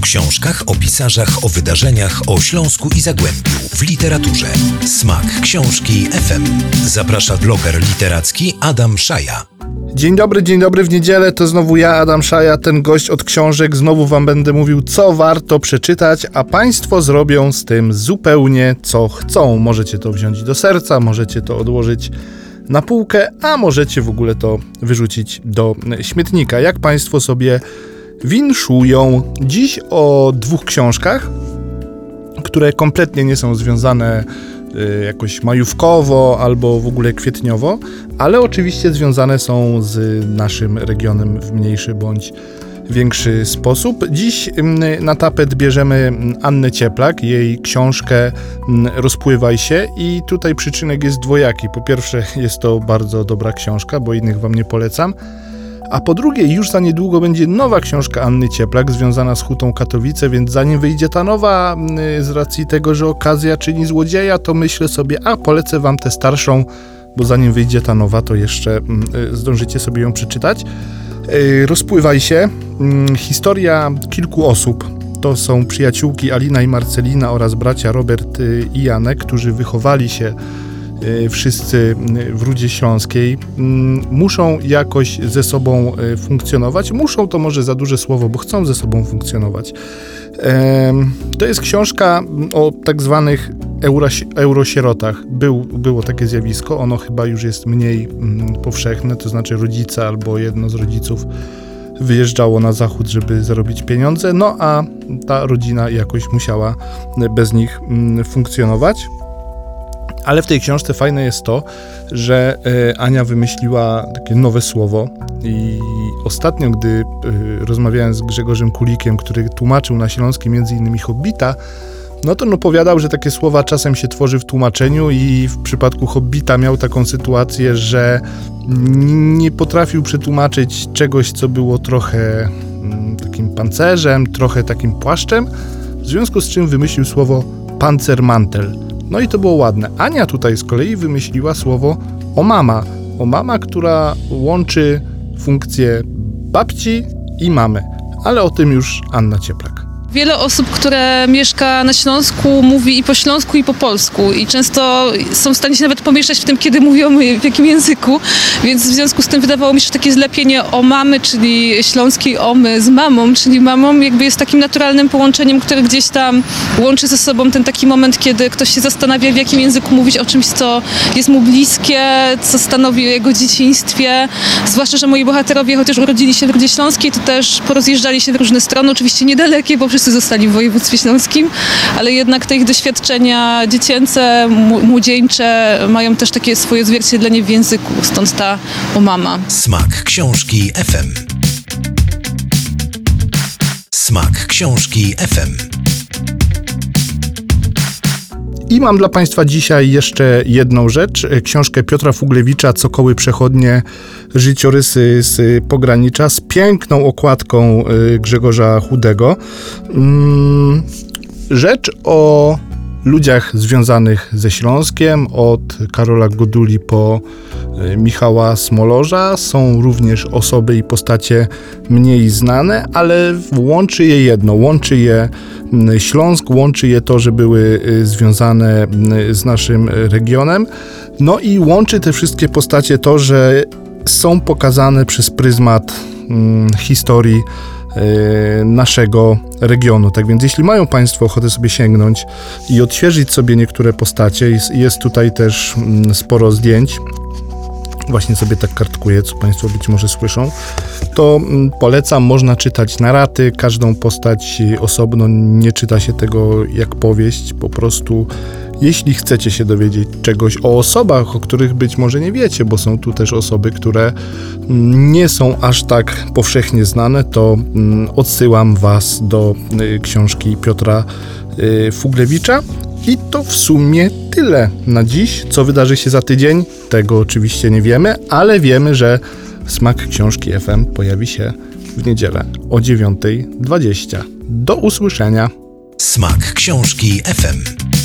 książkach, o pisarzach, o wydarzeniach, o Śląsku i Zagłębiu, w literaturze. Smak Książki FM. Zaprasza bloger literacki Adam Szaja. Dzień dobry, w niedzielę to znowu ja, Adam Szaja, ten gość od książek. Znowu wam będę mówił, co warto przeczytać, a państwo zrobią z tym zupełnie co chcą. Możecie to wziąć do serca, możecie to odłożyć na półkę, a możecie w ogóle to wyrzucić do śmietnika, jak państwo sobie winszują. Dziś o dwóch książkach, które kompletnie nie są związane jakoś majówkowo albo w ogóle kwietniowo, ale oczywiście związane są z naszym regionem w mniejszy bądź większy sposób. Dziś na tapet bierzemy Annę Cieplak, jej książkę Rozpływaj się, i tutaj przyczynek jest dwojaki. Po pierwsze, jest to bardzo dobra książka, bo innych wam nie polecam, a po drugie, już za niedługo będzie nowa książka Anny Cieplak związana z Hutą Katowice, więc zanim wyjdzie ta nowa, z racji tego, że okazja czyni złodzieja, to myślę sobie, polecę wam tę starszą, bo zanim wyjdzie ta nowa, to jeszcze zdążycie sobie ją przeczytać. Rozpływaj się. Historia kilku osób. To są przyjaciółki Alina i Marcelina oraz bracia Robert i Janek, którzy wychowali się wszyscy w Rudzie Śląskiej. Muszą jakoś ze sobą funkcjonować. Muszą to może za duże słowo, bo chcą ze sobą funkcjonować. To jest książka o tak zwanych eurosierotach. Było takie zjawisko, ono chyba już jest mniej powszechne, to znaczy rodzice albo jedno z rodziców wyjeżdżało na zachód, żeby zarobić pieniądze, no a ta rodzina jakoś musiała bez nich funkcjonować. Ale w tej książce fajne jest to, że Ania wymyśliła takie nowe słowo i ostatnio, gdy rozmawiałem z Grzegorzem Kulikiem, który tłumaczył na śląskim m.in. Hobbita, no to on opowiadał, że takie słowa czasem się tworzy w tłumaczeniu i w przypadku Hobbita miał taką sytuację, że nie potrafił przetłumaczyć czegoś, co było trochę takim pancerzem, trochę takim płaszczem, w związku z czym wymyślił słowo pancermantel. No i to było ładne. Ania tutaj z kolei wymyśliła słowo omama. Omama, która łączy funkcje babci i mamy. Ale o tym już Anna Cieplak. Wiele osób, które mieszka na Śląsku, mówi i po śląsku, i po polsku. I często są w stanie się nawet pomieszać w tym, kiedy mówią, w jakim języku. Więc w związku z tym wydawało mi się, że takie zlepienie o mamy, czyli śląskiej omy z mamą, czyli mamą, jakby jest takim naturalnym połączeniem, które gdzieś tam łączy ze sobą ten taki moment, kiedy ktoś się zastanawia, w jakim języku mówić o czymś, co jest mu bliskie, co stanowi o jego dzieciństwie. Zwłaszcza, że moi bohaterowie, chociaż urodzili się w Rudzie Śląskiej, to też porozjeżdżali się w różne strony. Oczywiście niedalekie, bo wszyscy zostali w województwie śląskim, ale jednak te ich doświadczenia dziecięce, młodzieńcze mają też takie swoje odzwierciedlenie w języku, stąd ta omama. Smak Książki FM. Smak Książki FM. I mam dla państwa dzisiaj jeszcze jedną rzecz. Książkę Piotra Fuglewicza Cokoły przechodnie, życiorysy z pogranicza, z piękną okładką Grzegorza Chudego. Rzecz o ludziach związanych ze Śląskiem, od Karola Goduli po Michała Smolorza. Są również osoby i postacie mniej znane, ale łączy je jedno, łączy je Śląsk, łączy je to, że były związane z naszym regionem. No i łączy te wszystkie postacie to, że są pokazane przez pryzmat historii naszego regionu. Tak więc jeśli mają państwo ochotę sobie sięgnąć i odświeżyć sobie niektóre postacie, jest tutaj też sporo zdjęć, właśnie sobie tak kartkuję, co państwo być może słyszą, to polecam, można czytać na raty, każdą postać osobno, nie czyta się tego jak powieść, po prostu jeśli chcecie się dowiedzieć czegoś o osobach, o których być może nie wiecie, bo są tu też osoby, które nie są aż tak powszechnie znane, to odsyłam was do książki Piotra Fuglewicza. I to w sumie tyle na dziś. Co wydarzy się za tydzień? Tego oczywiście nie wiemy, ale wiemy, że Smak Książki FM pojawi się w niedzielę o 9:20. Do usłyszenia. Smak Książki FM.